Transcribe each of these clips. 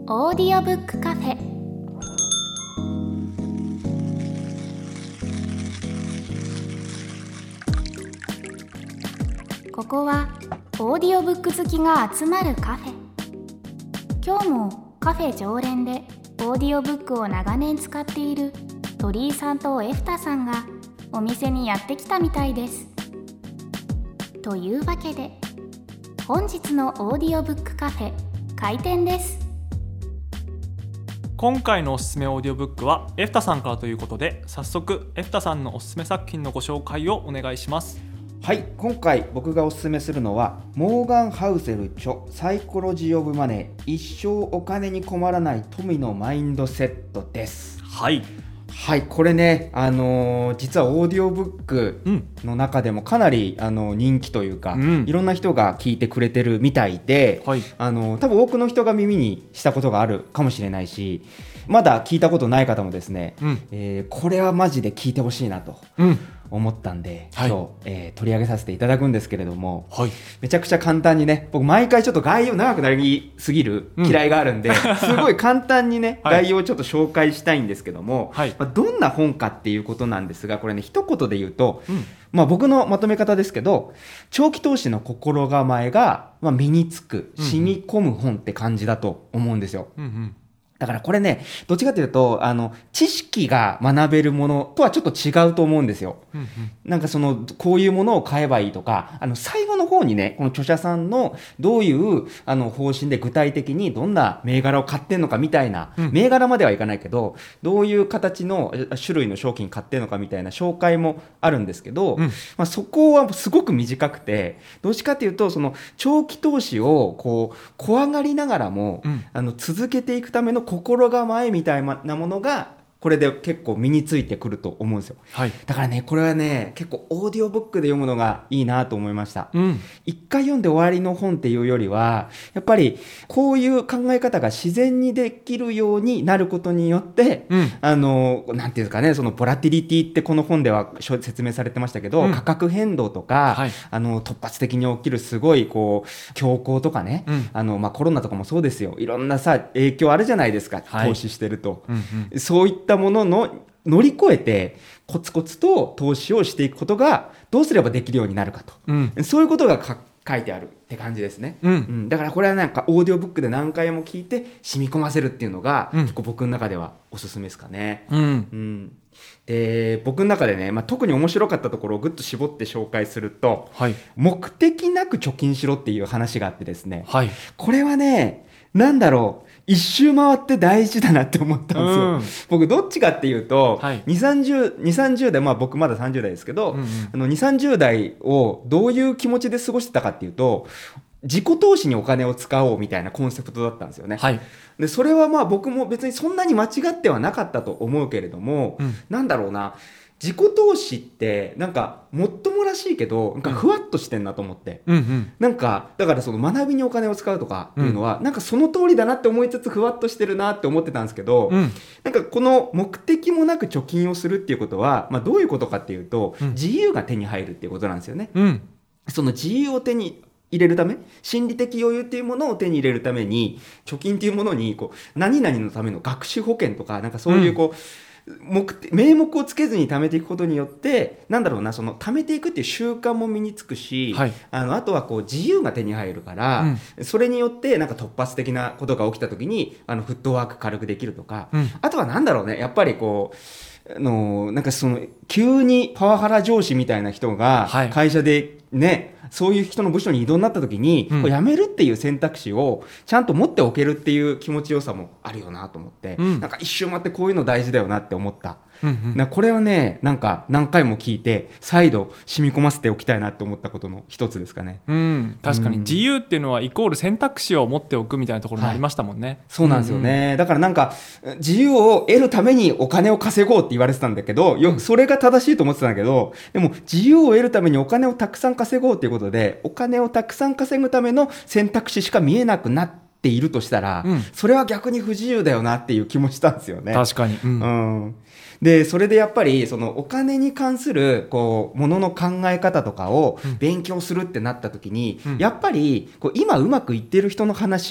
オーディオブックカフェ。ここはオーディオブック好きが集まるカフェ。今日もカフェ常連でオーディオブックを長年使っている鳥居さんとエフタさんがお店にやってきたみたいです。というわけで本日のオーディオブックカフェ開店です。 今回のおすすめオーディオブックはエフタさんからということで、早速エフタさんのおすすめ作品のご紹介をお願いします。 はい、今回僕がおすすめするのはモーガン・ハウゼル著サイコロジー・オブ・マネー、一生お金に困らない富のマインドセットです。 はいはい、これね、実はオーディオブックの中でもかなり人気というか、いろんな人が聞いてくれてるみたいで、多分多くの人が耳にしたことがあるかもしれないし、まだ聞いたことない方もですね、これはマジで聞いてほしいなと思ったんで、今日、取り上げさせていただくんですけれども、めちゃくちゃ簡単にね、僕毎回ちょっと概要長くなりすぎる嫌いがあるんで、すごい簡単にね、概要をちょっと紹介したいんですけども、どんな本かっていうことなんですが、これね一言で言うと、僕のまとめ方ですけど、長期投資の心構えが、身につく染み込む本って感じだと思うんですよ。だからこれね、どっちかというと知識が学べるものとはちょっと違うと思うんですよ。なんかこういうものを買えばいいとか、最後の方にね、この著者さんのどういう方針で具体的にどんな銘柄を買ってんのかみたいな、銘柄まではいかないけど、どういう形の種類の商品買ってんのかみたいな紹介もあるんですけど、そこはすごく短くて、どっちかというと長期投資を怖がりながらも、続けていくための心構えみたいなものがこれで結構身についてくると思うんですよ。だからね、これはね結構オーディオブックで読むのがいいなと思いました。一回読んで終わりの本っていうよりは、やっぱりこういう考え方が自然にできるようになることによって、なんていうんですかね、ボラティリティってこの本では説明されてましたけど、価格変動とか、突発的に起きるすごい恐慌とかね、コロナとかもそうですよ。いろんな影響あるじゃないですか、投資してると。そういったものの乗り越えてコツコツと投資をしていくことがどうすればできるようになるかと、そういうことが書いてあるって感じですね。だからこれはなんかオーディオブックで何回も聞いて染み込ませるっていうのが、結構僕の中ではおすすめですかね。で、僕の中でね、特に面白かったところをぐっと絞って紹介すると、目的なく貯金しろっていう話があってですね、これはね、なんだろう、一周回って大事だなって思ったんですよ。僕どっちかっていうと、20、30代、僕まだ30代ですけど、20、30代をどういう気持ちで過ごしてたかっていうと、自己投資にお金を使おうみたいなコンセプトだったんですよね。でそれは僕も別にそんなに間違ってはなかったと思うけれども、なんだろうな、自己投資ってなんかもっともらしいけどなんかふわっとしてんなと思って、なんかだから学びにお金を使うとかっていうのは、なんかその通りだなって思いつつふわっとしてるなって思ってたんですけど、なんかこの目的もなく貯金をするっていうことは、どういうことかっていうと、自由が手に入るっていうことなんですよね。その自由を手に入れるため、心理的余裕っていうものを手に入れるために、貯金っていうものに何々のための学習保険とか、なんかそういう名目をつけずに貯めていくことによって、なんだろうな、貯めていくっていう習慣も身につくし、あとは自由が手に入るから、それによってなんか突発的なことが起きた時にフットワーク軽くできるとか、あとはなんだろうね、やっぱりなんか急にパワハラ上司みたいな人が会社でね、そういう人の部署に異動になった時に、辞めるっていう選択肢をちゃんと持っておけるっていう気持ちよさもあるよなと思って、なんか一周回ってこういうの大事だよなって思った。これはね、なんか何回も聞いて再度染み込ませておきたいなって思ったことの一つですかね。 確かに自由っていうのはイコール選択肢を持っておくみたいなところもありましたもんね。 そうなんですよね。だからなんか自由を得るためにお金を稼ごうって言われてたんだけど、それが正しいと思ってたんだけど、でも自由を得るためにお金をたくさん稼ごうっていうことで、お金をたくさん稼ぐための選択肢しか見えなくなっているとしたら、それは逆に不自由だよなっていう気もしたんですよね。 確かに。 でそれでやっぱりお金に関するものの考え方とかを勉強するってなった時に、やっぱり今うまくいってる人の話を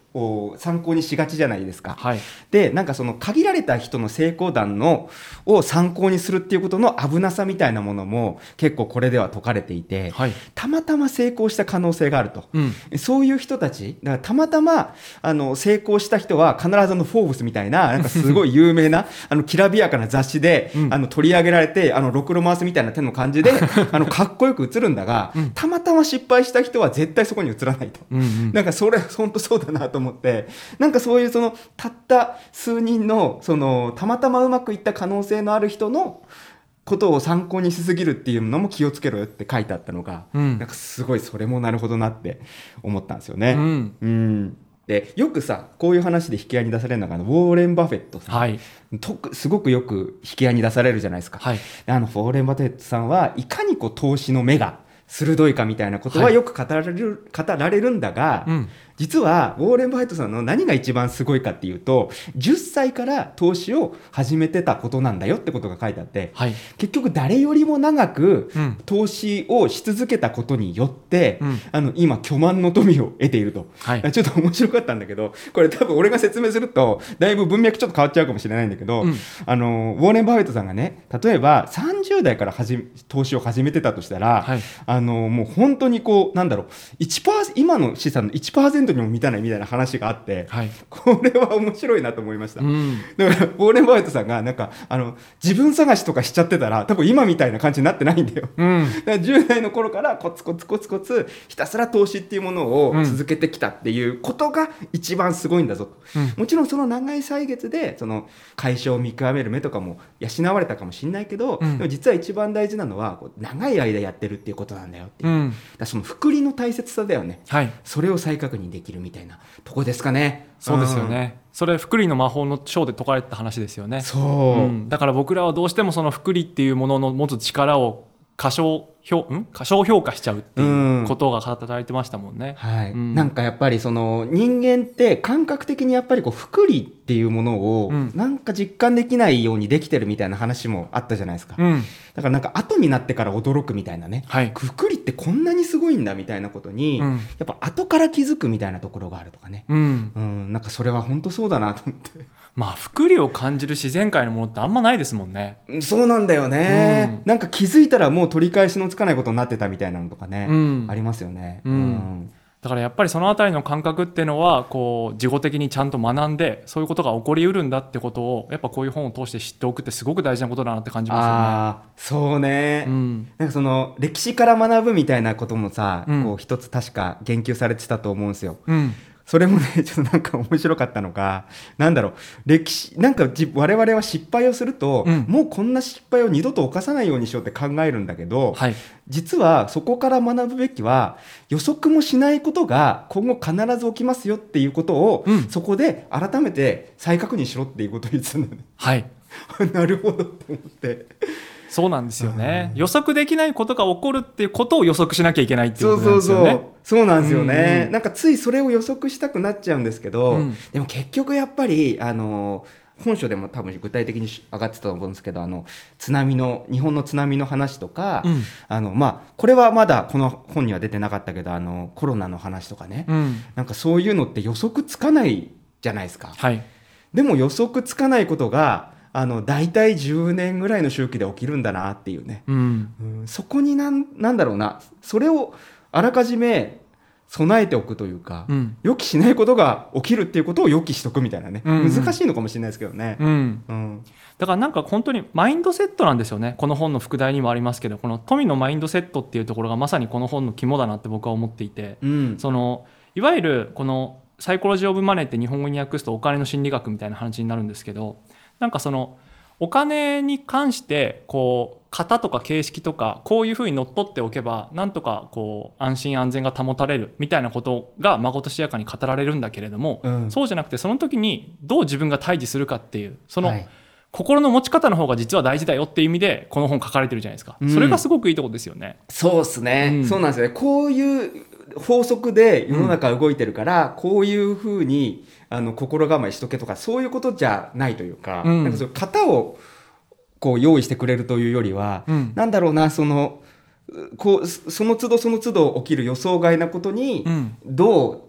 を参考にしがちじゃないですか、 はい、 でなんかその限られた人の成功談を参考にするっていうことの危なさみたいなものも結構これでは説かれていて、はい、たまたま成功した可能性があると、そういう人たちだからたまたま成功した人は必ずフォーブスみたいな、なんかすごい有名なきらびやかな雑誌で、取り上げられてろくろ回すみたいな手の感じでかっこよく映るんだが、たまたま失敗した人は絶対そこに映らないと、なんかそれ本当そうだなと思って、なんかそういうそのたった数人のそのたまたまうまくいった可能性のある人のことを参考にしすぎるっていうのも気をつけろよって書いてあったのが、なんかすごいそれもなるほどなって思ったんですよね。でよくさこういう話で引き合いに出されるのがウォーレン・バフェットさん、はい、すごくよく引き合いに出されるじゃないですか、はい、ウォーレン・バフェットさんはいかにこう投資の目が鋭いかみたいなことはよく語られるんだが、実はウォーレン・バフェットさんの何が一番すごいかっていうと、10歳から投資を始めてたことなんだよってことが書いてあって、はい、結局誰よりも長く投資をし続けたことによって、今巨万の富を得ていると、はい、ちょっと面白かったんだけど、これ多分俺が説明するとだいぶ文脈ちょっと変わっちゃうかもしれないんだけど、ウォーレン・バフェットさんがね、例えば30代から投資を始めてたとしたら、はい、もう本当にこうなんだろう今の資産の 1% にも満たないみたいな話があって、はい、これは面白いなと思いました、だからウォーレン・バフェットさんがなんか自分探しとかしちゃってたら多分今みたいな感じになってないんだよ、だから10代の頃からコツコツコツコツひたすら投資っていうものを続けてきたっていうことが一番すごいんだぞと、もちろんその長い歳月でその会社を見極める目とかも養われたかもしれないけど、でも実は一番大事なのはこう長い間やってるっていうことなんだよっていう、だその複利の大切さだよね、はい、それを再確認できるみたいなとこですかね。 そうですよね、それ複利の魔法の章で説かれてた話ですよね。そう、だから僕らはどうしてもその複利っていうものの持つ力を過小評価しちゃうっていうことが語られてましたもんね、 はい、なんかやっぱりその人間って感覚的にやっぱりこう複利っていうものをなんか実感できないようにできてるみたいな話もあったじゃないですか、だからなんか後になってから驚くみたいなね、はい、複利ってこんなにすごいんだみたいなことに、やっぱ後から気づくみたいなところがあるとかね、なんかそれは本当そうだなと思って。 まあ複利を感じる自然界のものってあんまないですもんね。 そうなんだよね、なんか気づいたらもう取り返しのつかないことになってたみたいなのとかね、ありますよね、 だからやっぱりそのあたりの感覚っていうのはこう自己的にちゃんと学んで、そういうことが起こりうるんだってことをやっぱこういう本を通して知っておくってすごく大事なことだなって感じますよね。 そうね、なんかその歴史から学ぶみたいなこともさ、こう一つ確か言及されてたと思うんですよ、それもねちょっとなんか面白かったのが、なんだろう、歴史なんか我々は失敗をすると、もうこんな失敗を二度と犯さないようにしようって考えるんだけど、はい、実はそこから学ぶべきは予測もしないことが今後必ず起きますよっていうことを、そこで改めて再確認しろっていうことを言ってたんだよね。はいなるほどって思って。 そうなんですよね、予測できないことが起こるっていうことを予測しなきゃいけないっていうことなんですよね。 そうなんですよね、なんかついそれを予測したくなっちゃうんですけど、でも結局やっぱり本書でも多分具体的に上がってたと思うんですけど、日本の津波の話とか、これはまだこの本には出てなかったけどコロナの話とかね、なんかそういうのって予測つかないじゃないですか、はい、でも予測つかないことが大体10年ぐらいの周期で起きるんだなっていうね、そこになんだろうな、それをあらかじめ備えておくというか、予期しないことが起きるっていうことを予期しとくみたいなね、難しいのかもしれないですけどね、 だからなんか本当にマインドセットなんですよね。この本の副題にもありますけど、この富のマインドセットっていうところがまさにこの本の肝だなって僕は思っていて、そのいわゆるこのサイコロジー・オブ・マネーって日本語に訳すとお金の心理学みたいな話になるんですけど、なんかそのお金に関してこう型とか形式とかこういうふうにのっとっておけばなんとかこう安心安全が保たれるみたいなことがまことしやかに語られるんだけれども、そうじゃなくてその時にどう自分が対峙するかっていうその心の持ち方の方が実は大事だよっていう意味でこの本書かれてるじゃないですか、それがすごくいいところですよね。 そうですね、そうなんですよね。こういう法則で世の中動いてるから、こういうふうに心構えしとけとかそういうことじゃないというか、なんかそういう型をこう用意してくれるというよりは、なんだろうな、その都度その都度起きる予想外なことにどう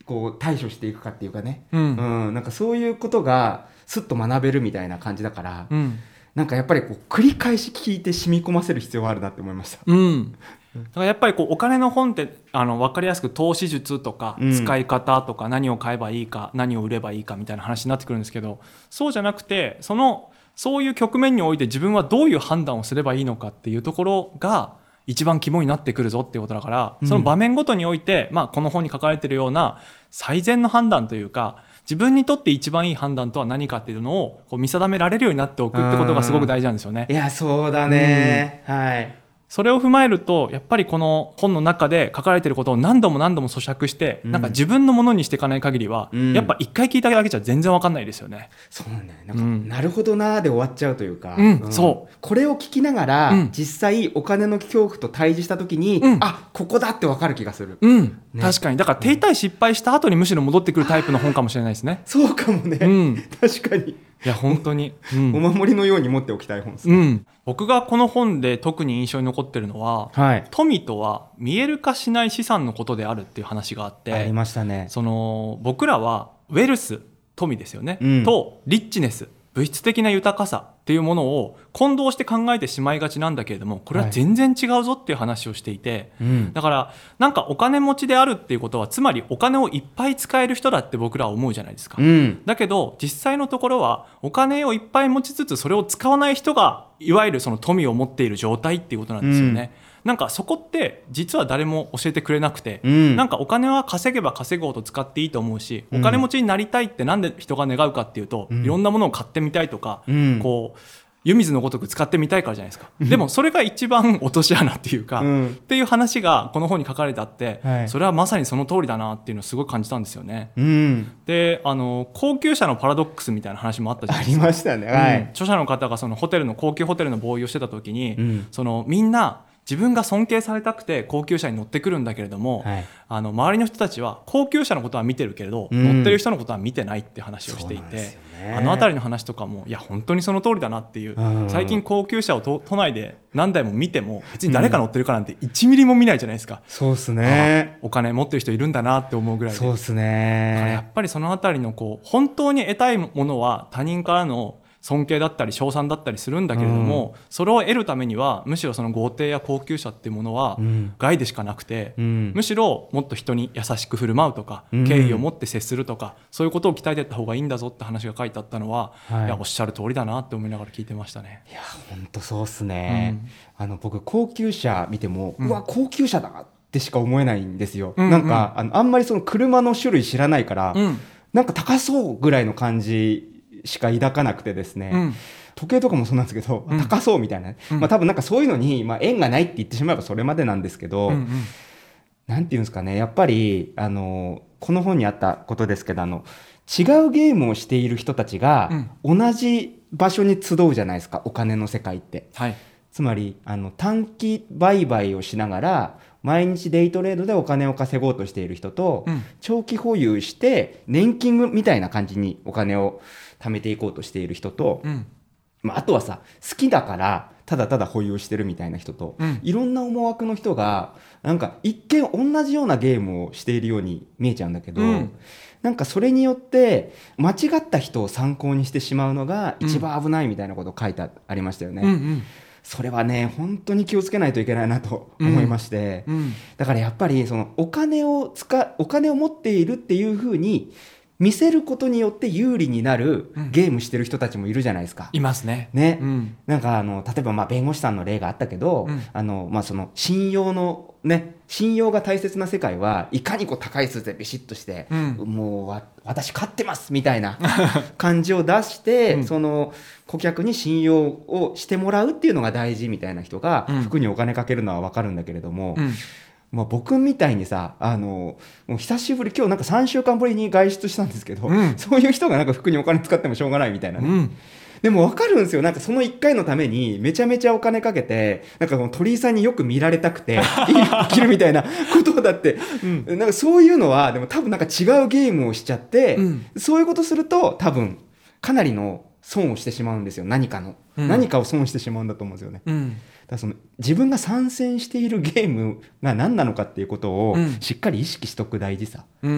こう対処していくかっていうかね、なんかそういうことがすっと学べるみたいな感じだから、なんかやっぱりこう繰り返し聞いて染み込ませる必要があるなって思いました。 だからやっぱりこうお金の本って分かりやすく投資術とか使い方とか何を買えばいいか何を売ればいいかみたいな話になってくるんですけど、そうじゃなくてそういう局面において自分はどういう判断をすればいいのかっていうところが一番肝になってくるぞっていうことだから、その場面ごとにおいて、この本に書かれているような最善の判断というか、自分にとって一番いい判断とは何かっていうのをこう見定められるようになっておくってことがすごく大事なんですよね。 いやそうだね、はい。 それを踏まえるとやっぱりこの本の中で書かれていることを何度も何度も咀嚼して、なんか自分のものにしていかない限りは、やっぱ一回聞いただけじゃ全然分かんないですよね。 そうなんだよね。なんか、なるほどなーで終わっちゃうというか、 そうこれを聞きながら、実際お金の恐怖と対峙した時に、あ、ここだって分かる気がする、 確かに。だから停滞失敗した後にむしろ戻ってくるタイプの本かもしれないですね。 そうかもね、確かに。 いや本当に、 お守りのように持っておきたい本ですね。 僕がこの本で特に印象に残ってるのは、富とは見える化しない資産のことであるっていう話があって、 ありましたね。 僕らはウェルス、富ですよね、とリッチネス、物質的な豊かさっていうものを混同して考えてしまいがちなんだけれども、これは全然違うぞっていう話をしていて、だからなんかお金持ちであるっていうことはつまりお金をいっぱい使える人だって僕らは思うじゃないですか、だけど実際のところはお金をいっぱい持ちつつそれを使わない人がいわゆるその富を持っている状態っていうことなんですよね。なんかそこって実は誰も教えてくれなくて、なんかお金は稼げば稼ごうと使っていいと思うし、お金持ちになりたいってなんで人が願うかっていうと、いろんなものを買ってみたいとか、こう湯水のごとく使ってみたいからじゃないですか。でもそれが一番落とし穴っていうか、っていう話がこの本に書かれてあって、それはまさにその通りだなっていうのをすごく感じたんですよね。で高級車のパラドックスみたいな話もあったじゃないですか。 ありましたね、 著者の方がその高級ホテルのボーイをしてた時に、みんな自分が尊敬されたくて高級車に乗ってくるんだけれども、周りの人たちは高級車のことは見てるけれど、乗ってる人のことは見てないって話をしていて、あの辺りの話とかもいや本当にその通りだなっていう、最近高級車を都内で何台も見ても別に誰か乗ってるかなんて1ミリも見ないじゃないですか。 そうですね。 お金持ってる人いるんだなって思うぐらいで。 そうですね。 やっぱりその辺りの本当に得たいものは他人からの尊敬だったり称賛だったりするんだけれども、それを得るためにはむしろその豪邸や高級車っていうものは害でしかなくて、むしろもっと人に優しく振る舞うとか、敬意を持って接するとか、そういうことを鍛えていった方がいいんだぞって話が書いてあったのは、いやおっしゃる通りだなって思いながら聞いてましたね。 いや本当そうっすね、僕高級車見ても、うわ高級車だってしか思えないんですよ、なんかあんまりその車の種類知らないから、なんか高そうぐらいの感じしか抱かなくてですね、時計とかもそうなんですけど、高そうみたいな、多分なんかそういうのに、縁がないって言ってしまえばそれまでなんですけど、なんていうんですかね、やっぱりこの本にあったことですけど、違うゲームをしている人たちが同じ場所に集うじゃないですか、お金の世界って、つまり短期売買をしながら毎日デイトレードでお金を稼ごうとしている人と、長期保有して年金みたいな感じにお金を貯めていこうとしている人と、あとはさ好きだからただただ保有してるみたいな人と、いろんな思惑の人がなんか一見同じようなゲームをしているように見えちゃうんだけど、なんかそれによって間違った人を参考にしてしまうのが一番危ないみたいなことを書いてありましたよね。それはね本当に気をつけないといけないなと思いまして、だからやっぱりそのお金を持っているっていう風に見せることによって有利になるゲームしてる人たちもいるじゃないですか。 いますね。 なんか例えば弁護士さんの例があったけど、その信用が大切な世界はいかに高い数でビシッとして、もう私勝ってますみたいな感じを出して、その顧客に信用をしてもらうっていうのが大事みたいな人が服にお金かけるのは分かるんだけれども、僕みたいにさもう久しぶり今日なんか3週間ぶりに外出したんですけど、そういう人がなんか服にお金使ってもしょうがないみたいなね、でも分かるんですよ。なんかその1回のためにめちゃめちゃお金かけてなんかこの鳥居さんによく見られたくていい服着るみたいなことだって、なんかそういうのはでも多分なんか違うゲームをしちゃって、そういうことすると多分かなりの損をしてしまうんですよ。何かを損してしまうんだと思うんですよね。だからその自分が参戦しているゲームが何なのかっていうことをしっかり意識しとく大事さ、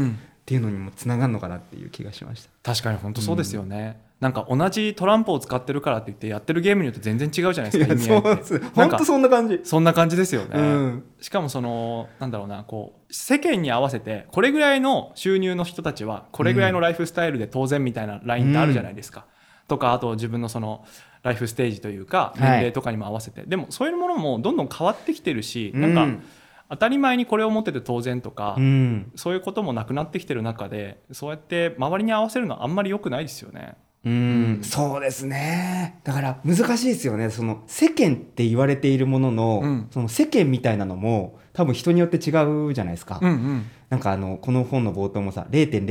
っていうのにもつながるのかなっていう気がしました。 確かに本当そうですよね、なんか同じトランプを使ってるからって言ってやってるゲームによって全然違うじゃないですか。意味合いって本当そんな感じ。 そんな感じですよね、しかもそのなんだろうな、こう世間に合わせてこれぐらいの収入の人たちはこれぐらいのライフスタイルで当然みたいなラインってあるじゃないですか、とかあと自分のそのライフステージというか年齢とかにも合わせて、でもそういうものもどんどん変わってきてるし、なんか当たり前にこれを持ってて当然とか、そういうこともなくなってきてる中でそうやって周りに合わせるのはあんまり良くないですよね。 そうですね。だから難しいですよね。その世間って言われているものの、その世間みたいなのも多分人によって違うじゃないですか、なんかこの本の冒頭もさ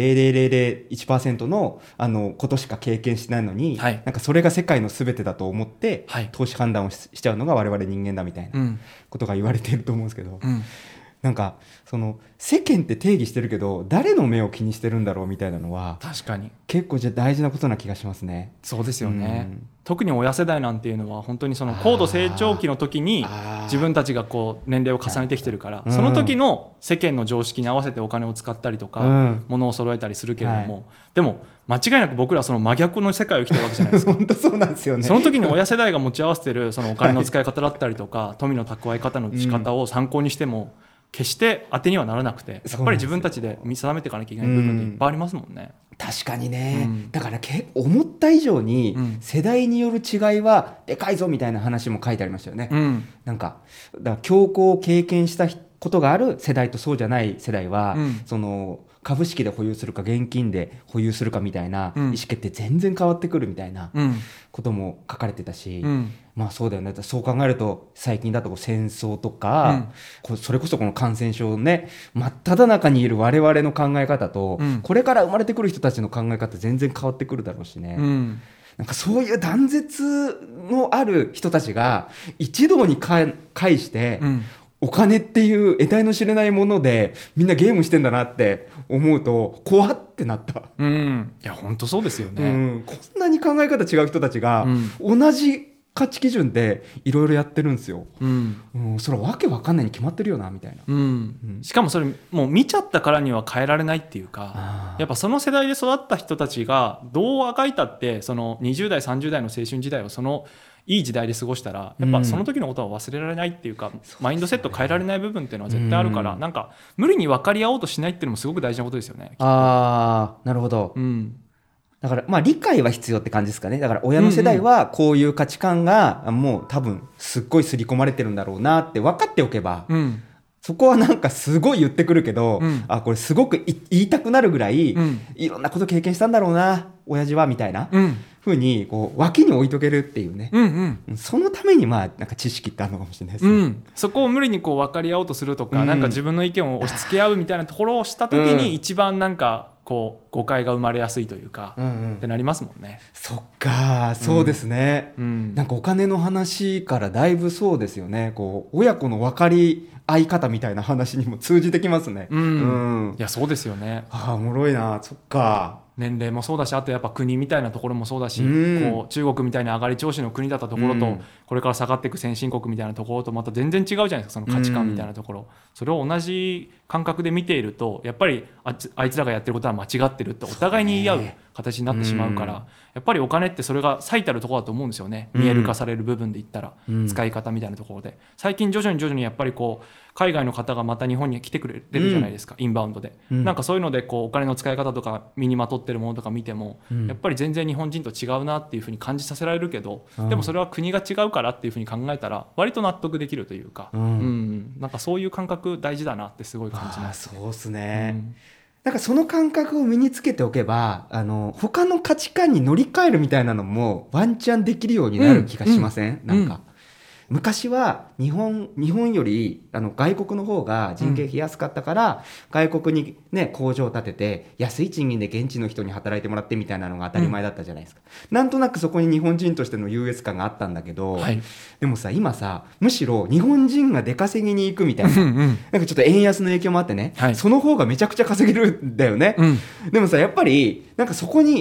0.00001% のことしか経験してないのに、なんかそれが世界の全てだと思って、投資判断を しちゃうのが我々人間だみたいなことが言われていると思うんですけど、なんかその世間って定義してるけど誰の目を気にしてるんだろうみたいなのは確かに結構大事なことな気がしますね。 そうですよね、特に親世代なんていうのは本当にその高度成長期の時に自分たちがこう年齢を重ねてきてるから、その時の世間の常識に合わせてお金を使ったりとか、物を揃えたりするけれども、でも間違いなく僕らはその真逆の世界を生きてるわけじゃないですか本当そうなんですよね。 その時に親世代が持ち合わせてるそのお金の使い方だったりとか、富の蓄え方の仕方を参考にしても決して当てにはならなくて、やっぱり自分たちで見定めていかなきゃいけない部分っていっぱいありますもんね。 確かにね、だから思った以上に世代による違いはでかいぞみたいな話も書いてありましたよね、なんかだから恐慌を経験したことがある世代とそうじゃない世代は、その株式で保有するか現金で保有するかみたいな意思決定全然変わってくるみたいなことも書かれてたし、まあそうだよね。そう考えると最近だと戦争とか、それこそこの感染症ね真っ只中にいる我々の考え方と、これから生まれてくる人たちの考え方全然変わってくるだろうしね、なんかそういう断絶のある人たちが一堂に会して、お金っていう得体の知れないものでみんなゲームしてんだなって思うと怖ってなった、 いや本当そうですよね、 こんなに考え方違う人たちが同じ価値基準でいろいろやってるんですよ、それはわけわかんないに決まってるよなみたいな、 しかもそれもう見ちゃったからには変えられないっていうか、やっぱその世代で育った人たちがどうあがいたってその20代30代の青春時代をそのいい時代で過ごしたらやっぱその時のことは忘れられないっていうか、マインドセット変えられない部分っていうのは絶対あるから、なんか無理に分かり合おうとしないっていうのもすごく大事なことですよね。 なるほど、だからまあ理解は必要って感じですかね。だから親の世代はこういう価値観がもう多分すっごい刷り込まれてるんだろうなって分かっておけば、そこはなんかすごい言ってくるけど、これすごく言いたくなるぐらい、いろんなこと経験したんだろうな親父はみたいな、ふうにこう脇に置いとけるっていうね、そのためにまあなんか知識ってあるのかもしれないですね、 そこを無理にこう分かり合おうとするとか、なんか自分の意見を押し付け合うみたいなところをした時に一番なんかこう誤解が生まれやすいというか、ってなりますもんね。 そっか、そうですね、なんかお金の話からだいぶそうですよね、こう親子の分かり合い方みたいな話にも通じてきますね。 いやそうですよね。 おもろいな。そっか、 年齢もそうだし、あとやっぱ国みたいなところもそうだし、こう中国みたいな上がり調子の国だったところと、これから下がっていく先進国みたいなところとまた全然違うじゃないですか、その価値観みたいなところ、それを同じ感覚で見ているとやっぱりあいつらがやってることは間違ってるってお互いに言い合う形になってしまうから、やっぱりお金ってそれが最たるところだと思うんですよね。見える化される部分で言ったら、使い方みたいなところで最近徐々にやっぱりこう海外の方がまた日本に来てくれてるじゃないですか、インバウンドで、なんかそういうのでこうお金の使い方とか身にまとってるものとか見ても、やっぱり全然日本人と違うなっていうふうに感じさせられるけど、でもそれは国が違うからっていうふうに考えたら割と納得できるというか、なんかそういう感覚大事だなってすごい感じます。 そうですね、なんかその感覚を身につけておけば他の価値観に乗り換えるみたいなのもワンチャンできるようになる気がしません？なんか昔は日本より外国の方が人件費安かったから、外国に、ね、工場を建てて安い賃金で現地の人に働いてもらってみたいなのが当たり前だったじゃないですか、なんとなくそこに日本人としての優越感があったんだけど、でもさ今さむしろ日本人が出稼ぎに行くみたいな、なんかちょっと円安の影響もあってね、その方がめちゃくちゃ稼げるんだよね、でもさやっぱりなんかそこに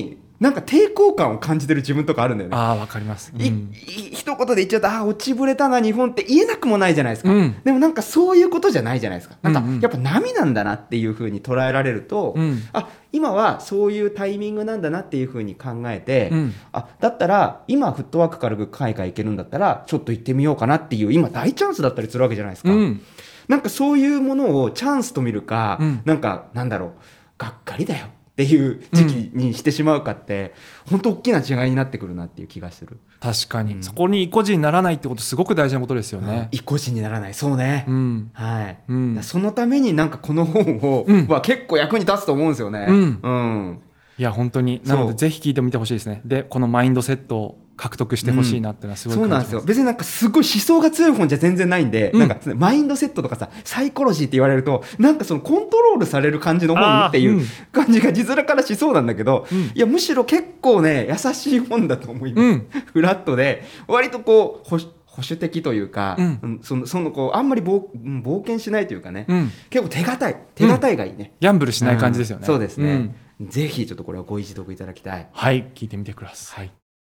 なんか抵抗感を感じてる自分とかあるんだよね。 ああ、わかります。 一言で言っちゃうと、落ちぶれたな日本って言えなくもないじゃないですか、でもなんかそういうことじゃないじゃないですか。なんかやっぱ波なんだなっていう風に捉えられると、今はそういうタイミングなんだなっていう風に考えて、だったら今フットワーク軽く海外行けるんだったらちょっと行ってみようかなっていう、今大チャンスだったりするわけじゃないですか、なんかそういうものをチャンスと見るか、なんかなんだろう、がっかりだよっていう時期にしてしまうかって、本当大きな違いになってくるなっていう気がする。 確かに、そこに意固地にならないってことすごく大事なことですよね。 意固地にならない、そうね、はい、そのためになんかこの本を、は結構役に立つと思うんですよね。 いや本当に、なのでぜひ聞いてみてほしいですね。でこのマインドセットを獲得してほしいなってのはすごい感じます。 そうなんですよ。別になんかすごい思想が強い本じゃ全然ないんで、なんかマインドセットとかさ、サイコロジーって言われるとなんかそのコントロールされる感じの本っていう感じが字面からしそうなんだけど、いやむしろ結構ね優しい本だと思います、フラットで割とこう保守的というか、そのこうあんまり冒険しないというかね、結構手堅いがいいね、 ギャンブルしない感じですよね。 そうですね、ぜひちょっとこれはご一読いただきたい。 はい、聞いてみてください。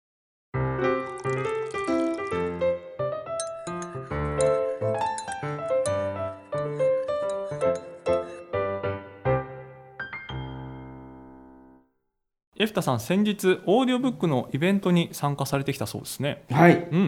エフタさん、先日オーディオブックのイベントに参加されてきたそうですね。 はい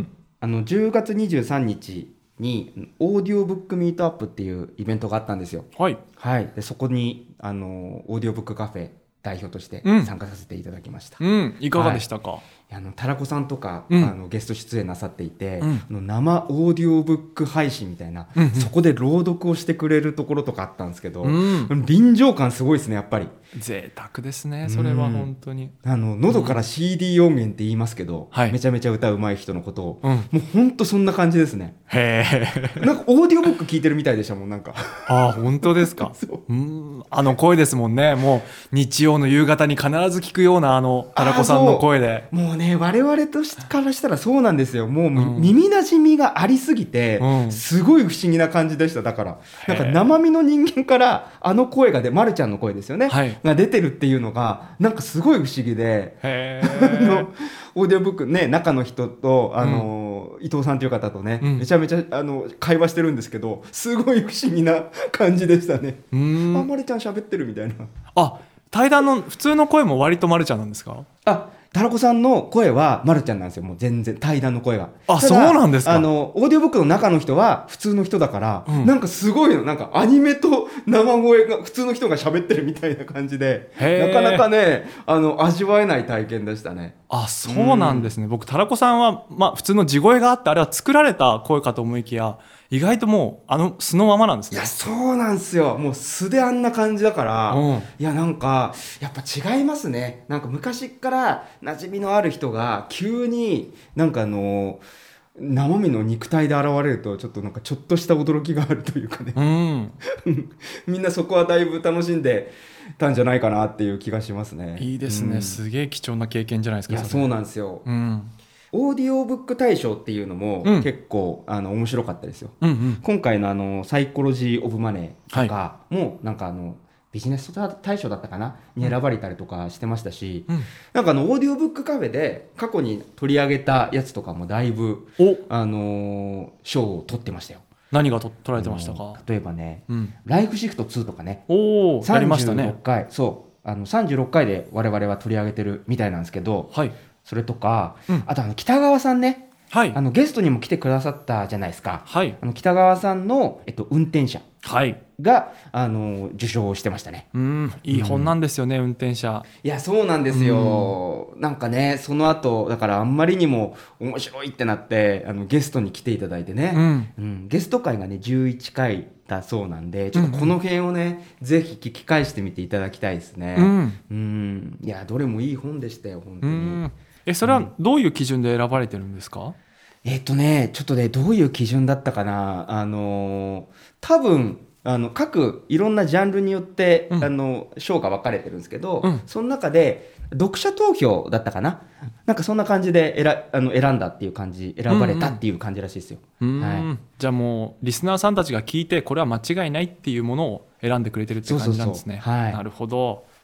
、10月23日にオーディオブックミートアップっていうイベントがあったんですよ。はい、でそこにオーディオブックカフェ代表として参加させていただきました。 いかがでしたか？ タラコさんとか、ゲスト出演なさっていて、生オーディオブック配信みたいな、そこで朗読をしてくれるところとかあったんですけど、臨場感すごいですね。やっぱり贅沢ですね。それは本当に喉から CD 音源って言いますけど、めちゃめちゃ歌うまい人のことを、もう本当そんな感じですね。なんかオーディオブック聞いてるみたいでしたもん。なんか本当ですか？声ですもんね。もう日曜の夕方に必ず聞くようなタラコさんの声で、 もうね我々からしたらそうなんですよ。もう耳なじみがありすぎて、すごい不思議な感じでした。だからなんか生身の人間から声がまるちゃんの声ですよね、が出てるっていうのがなんかすごい不思議で、オーディオブックね、中の人と伊藤さんという方とね、めちゃめちゃ会話してるんですけど、すごい不思議な感じでしたね。まるちゃん喋ってるみたいな。 対談の普通の声も割とまるちゃんなんですか？ タラコさんの声はまるちゃんなんですよ。もう全然対談の声が。 そうなんですか？ オーディオブックの中の人は普通の人だから、なんかすごいの、なんかアニメと生声が普通の人が喋ってるみたいな感じで、なかなかね味わえない体験でしたね。 そうなんですね。僕タラコさんは、普通の地声があって、あれは作られた声かと思いきや、意外ともう素のままなんですね。 いやそうなんですよ。もう素であんな感じだから、いやなんかやっぱ違いますね。なんか昔から馴染みのある人が急になんか生身の肉体で現れると、ちょっとした驚きがあるというかね、みんなそこはだいぶ楽しんでたんじゃないかなっていう気がしますね。 いいですね、すげえ貴重な経験じゃないですか。 いやそうなんですよ、オーディオブック大賞っていうのも結構、面白かったですよ、今回のサイコロジー・オブ・マネーとかも、なんかビジネス大賞だったかなに選ばれたりとかしてましたし、なんかオーディオブックカフェで過去に取り上げたやつとかもだいぶ賞を取ってましたよ。 何が取られてましたか？ 例えばね、ライフシフト2とかね、 やりましたね。 36回、そう36回で我々は取り上げてるみたいなんですけど、それとか、あと北川さんね、ゲストにも来てくださったじゃないですか、北川さんの、運転者が、受賞してましたね。 いい本なんですよね、運転者。 いやそうなんですよ、なんかねその後だからあんまりにも面白いってなってゲストに来ていただいてね、ゲスト会がね11回だそうなんで、ちょっとこの辺をね、ぜひ聞き返してみていただきたいですね。いやどれもいい本でしたよ本当に。 それはどういう基準で選ばれてるんですか？ ちょっとねどういう基準だったかな。多分各いろんなジャンルによって、賞が分かれてるんですけど、その中で読者投票だったかな、なんかそんな感じで選んだっていう感じ、選ばれたっていう感じらしいですよ。 じゃあもうリスナーさんたちが聞いてこれは間違いないっていうものを選んでくれてるって感じなんですね。なるほど。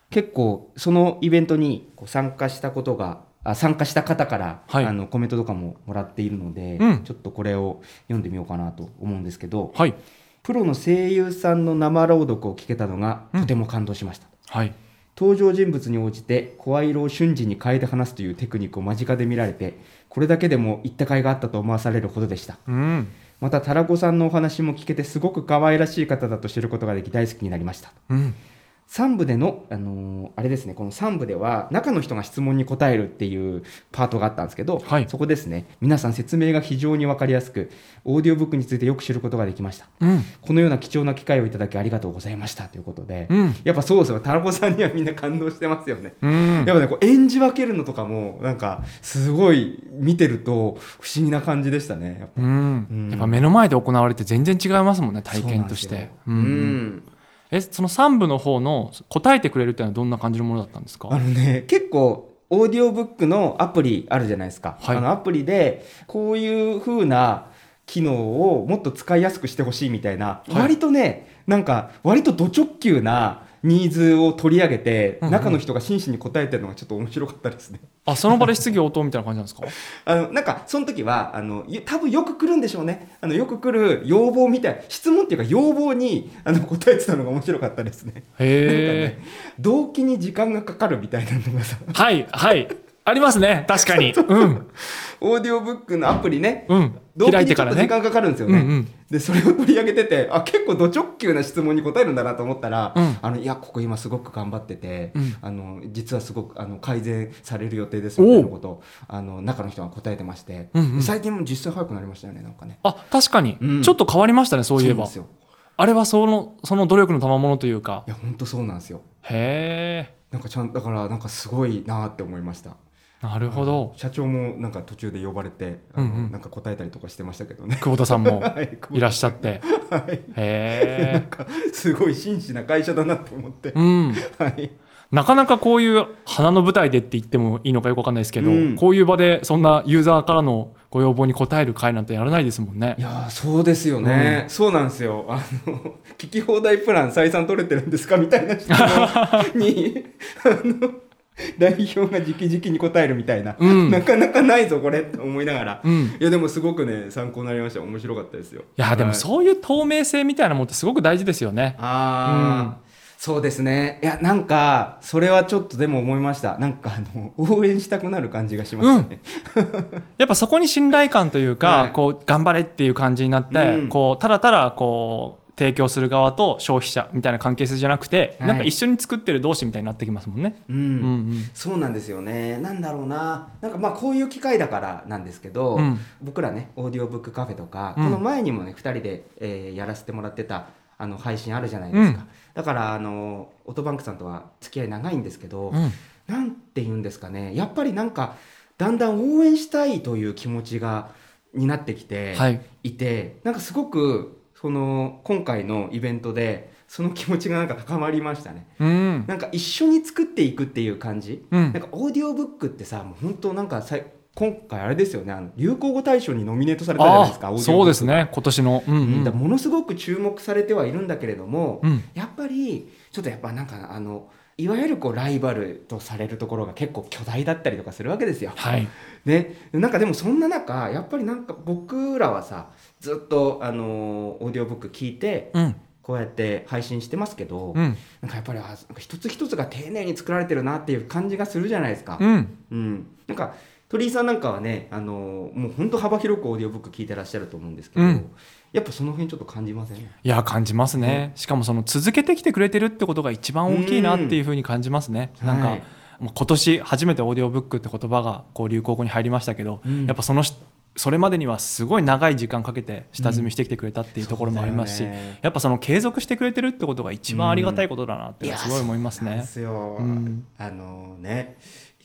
結構そのイベントに参加した方から、はい、コメントとかももらっているので、ちょっとこれを読んでみようかなと思うんですけど、はい、プロの声優さんの生朗読を聞けたのがとても感動しました、はい、登場人物に応じて声色を瞬時に変えて話すというテクニックを間近で見られて、これだけでも言った甲斐があったと思わされるほどでした、またタラコさんのお話も聞けてすごく可愛らしい方だと知ることができ大好きになりました、3部での、あれですね、この3部では中の人が質問に答えるっていうパートがあったんですけど、はい、そこですね、皆さん説明が非常に分かりやすくオーディオブックについてよく知ることができました、このような貴重な機会をいただきありがとうございましたということで、やっぱそうですよ、タラコさんにはみんな感動してますよね、やっぱね、こう演じ分けるのとかもなんかすごい見てると不思議な感じでしたね。 やっぱ目の前で行われて全然違いますもんね、体験として。その3部の方の答えてくれるっていうのはどんな感じのものだったんですか？ 結構オーディオブックのアプリあるじゃないですか、はい、アプリでこういう風な機能をもっと使いやすくしてほしいみたいな、割とね、なんか割とド直球なニーズを取り上げて、中の人が真摯に答えてるのがちょっと面白かったですね。 その場で質疑応答みたいな感じなんですか？ なんかその時は多分よく来るんでしょうね。よく来る要望みたい、質問っていうか要望に答えてたのが面白かったですね。 へなんかね、動機に時間がかかるみたいなのがさ、 はいはいありますね、確かに。 オーディオブックのアプリね、 開いてからね、 動機にちょっと時間かかるんですよね、でそれを取り上げてて、結構ド直球な質問に答えるんだなと思ったら、いやここ今すごく頑張ってて、実はすごく改善される予定ですみたいなことを中の人が答えてまして、最近も実際早くなりましたよね、なんかね。 確かに、ちょっと変わりましたね、そういえば。あれはその努力の賜物というか。 いや本当そうなんですよ。 へえ。 なんかだからなんかすごいなって思いました。 なるほど。 社長もなんか途中で呼ばれてなんか答えたりとかしてましたけどね。 久保田さんもいらっしゃって、 はい、へえ。 なんかすごい真摯な会社だなと思って、はい、 なかなかこういう花の舞台でって言ってもいいのかよく分かんないですけど、こういう場でそんなユーザーからのご要望に応える会なんてやらないですもんね。 いやそうですよね、そうなんですよ。聞き放題プラン採算取れてるんですかみたいな質問に代表が直々に答えるみたいな、なかなかないぞこれって思いながら、いやでもすごくね参考になりました。面白かったですよ。 いやでもそういう透明性みたいなものってすごく大事ですよね。 そうですね。いやなんかそれはちょっとでも思いました。なんか応援したくなる感じがしましたね、 やっぱそこに信頼感というか、こう頑張れっていう感じになって、こうただただこう提供する側と消費者みたいな関係性じゃなくて、なんか一緒に作ってる同士みたいになってきますもんね。 そうなんですよね。なんだろうな、なんかまあこういう機会だからなんですけど、僕らねオーディオブックカフェとか、この前にもね2人で、やらせてもらってた配信あるじゃないですか、だからオートバンクさんとは付き合い長いんですけど、なんて言うんですかね、やっぱりなんかだんだん応援したいという気持ちになってきていて、なんかすごく今回のイベントでその気持ちがなんか高まりましたね、なんか一緒に作っていくっていう感じ、なんかオーディオブックってさ、もう本当なんか今回あれですよね、流行語大賞にノミネートされたじゃないですか。 そうですね、今年の、 だものすごく注目されてはいるんだけれども、やっぱりちょっとやっぱなんかいわゆるこうライバルとされるところが結構巨大だったりとかするわけですよ、ね、なんかでもそんな中やっぱりなんか僕らはさずっとオーディオブック聞いて、こうやって配信してますけど、なんかやっぱり一つ一つが丁寧に作られてるなっていう感じがするじゃないですか、なんか鳥居さんなんかはねもう本当幅広くオーディオブック聞いてらっしゃると思うんですけど、やっぱその辺ちょっと感じません？いや感じますね、しかもその続けてきてくれてるってことが一番大きいなっていうふうに感じますね、なんか、今年初めてオーディオブックって言葉がこう流行語に入りましたけど、やっぱそれまでにはすごい長い時間かけて下積みしてきてくれたっていうところもありますし、やっぱその継続してくれてるってことが一番ありがたいことだなってすごい思いますね。 そうなんですよ、ね、い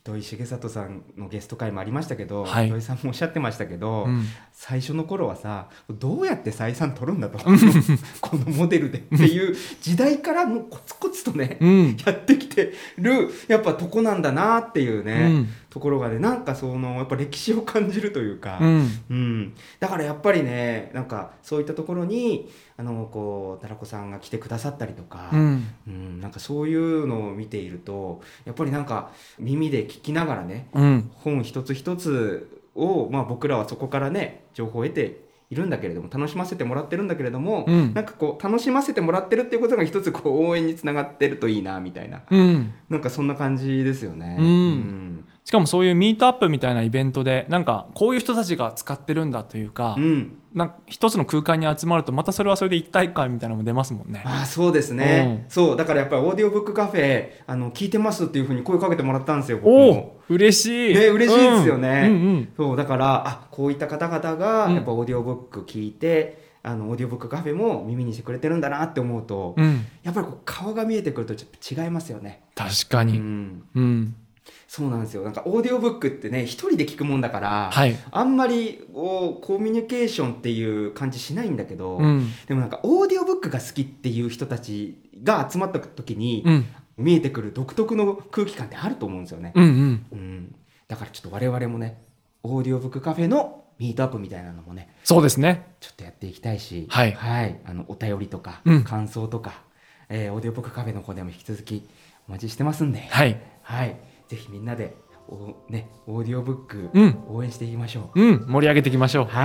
土井重里さんのゲスト会もありましたけど、 はい、 土井さんもおっしゃってましたけど、最初の頃はさどうやって採算取るんだとこのモデルでっていう時代からもうコツコツとね、やってきてるやっぱとこなんだなっていうね、ところがねなんかそのやっぱ歴史を感じるというか、だからやっぱりねなんかそういったところにこうたらこさんが来てくださったりとか、なんかそういうのを見ているとやっぱりなんか耳で聞きながらね、本一つ一つを、僕らはそこからね情報を得ているんだけれども楽しませてもらってるんだけれども、なんかこう楽しませてもらってるっていうことが一つこう応援につながってるといいなみたいな、なんかそんな感じですよね。 しかもそういうミートアップみたいなイベントでなんかこういう人たちが使ってるんだというか、なんか一つの空間に集まるとまたそれはそれで一体感みたいなのも出ますもんね。 そうですね、そうだからやっぱりオーディオブックカフェ聞いてますっていうふうに声かけてもらったんですよ僕も。 嬉しい、 嬉しいですよね、そうだからこういった方々がやっぱオーディオブック聞いて、オーディオブックカフェも耳にしてくれてるんだなって思うと、やっぱりこう顔が見えてくるとちょっと違いますよね。 確かに、 そうなんですよ。なんかオーディオブックってね一人で聞くもんだから、あんまりコミュニケーションっていう感じしないんだけど、でもなんかオーディオブックが好きっていう人たちが集まった時に、見えてくる独特の空気感ってあると思うんですよね。だからちょっと我々もねオーディオブックカフェのミートアップみたいなのもね、 そうですね、 ちょっとやっていきたいし、お便りとか、感想とか、オーディオブックカフェの方でも引き続きお待ちしてますんで、ぜひみんなでオーディオブック応援していきましょう。 盛り上げていきましょう。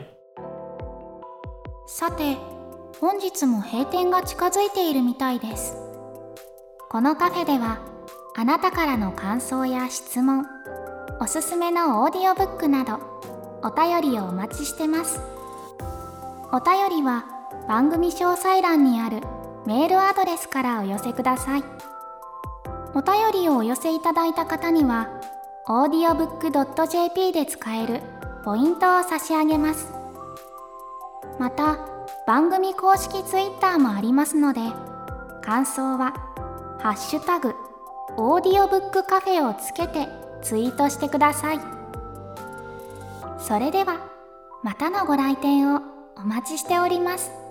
さて本日も閉店が近づいているみたいです。このカフェではあなたからの感想や質問、おすすめのオーディオブックなどお便りをお待ちしてます。お便りは番組詳細欄にあるメールアドレスからお寄せください。お便りをお寄せいただいた方には audiobook.jp で使えるポイントを差し上げます。また番組公式ツイッターもありますので、感想はハッシュタグオーディオブックカフェをつけてツイートしてください。それではまたのご来店をお待ちしております。